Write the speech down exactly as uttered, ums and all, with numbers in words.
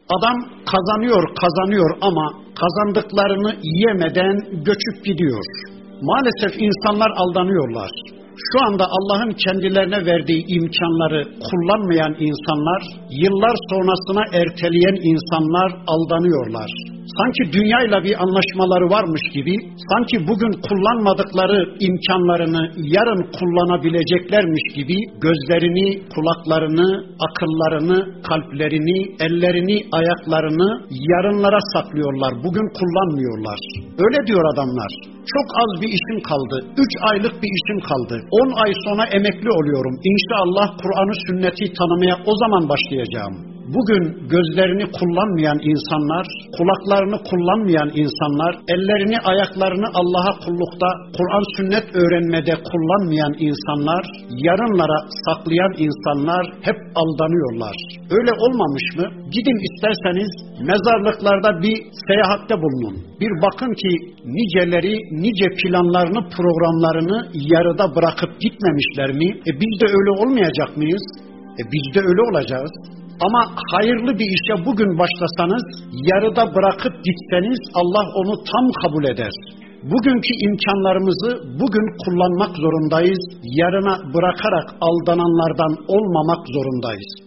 Adam kazanıyor, kazanıyor ama kazandıklarını yiyemeden göçüp gidiyor. Maalesef insanlar aldanıyorlar. Şu anda Allah'ın kendilerine verdiği imkanları kullanmayan insanlar, yıllar sonrasına erteleyen insanlar aldanıyorlar. Sanki dünyayla bir anlaşmaları varmış gibi, sanki bugün kullanmadıkları imkanlarını yarın kullanabileceklermiş gibi gözlerini, kulaklarını, akıllarını, kalplerini, ellerini, ayaklarını yarınlara saklıyorlar. Bugün kullanmıyorlar. Öyle diyor adamlar. Çok az bir işim kaldı. Üç aylık bir işim kaldı. On ay sonra emekli oluyorum. İnşallah Kur'an'ı, sünneti tanımaya o zaman başlayacağım. Bugün gözlerini kullanmayan insanlar, kulaklarını kullanmayan insanlar, ellerini, ayaklarını Allah'a kullukta, Kur'an, sünnet öğrenmede kullanmayan insanlar, yarınlara saklayan insanlar hep aldanıyorlar. Öyle olmamış mı? Gidin isterseniz mezarlıklarda bir seyahatte bulunun. Bir bakın ki niceleri, nice planlarını, programlarını yarıda bırakıp gitmemişler mi? E biz de öyle olmayacak mıyız? E biz de öyle olacağız. Ama hayırlı bir işe bugün başlasanız, yarıda bırakıp gitseniz Allah onu tam kabul eder. Bugünkü imkanlarımızı bugün kullanmak zorundayız. Yarına bırakarak aldananlardan olmamak zorundayız.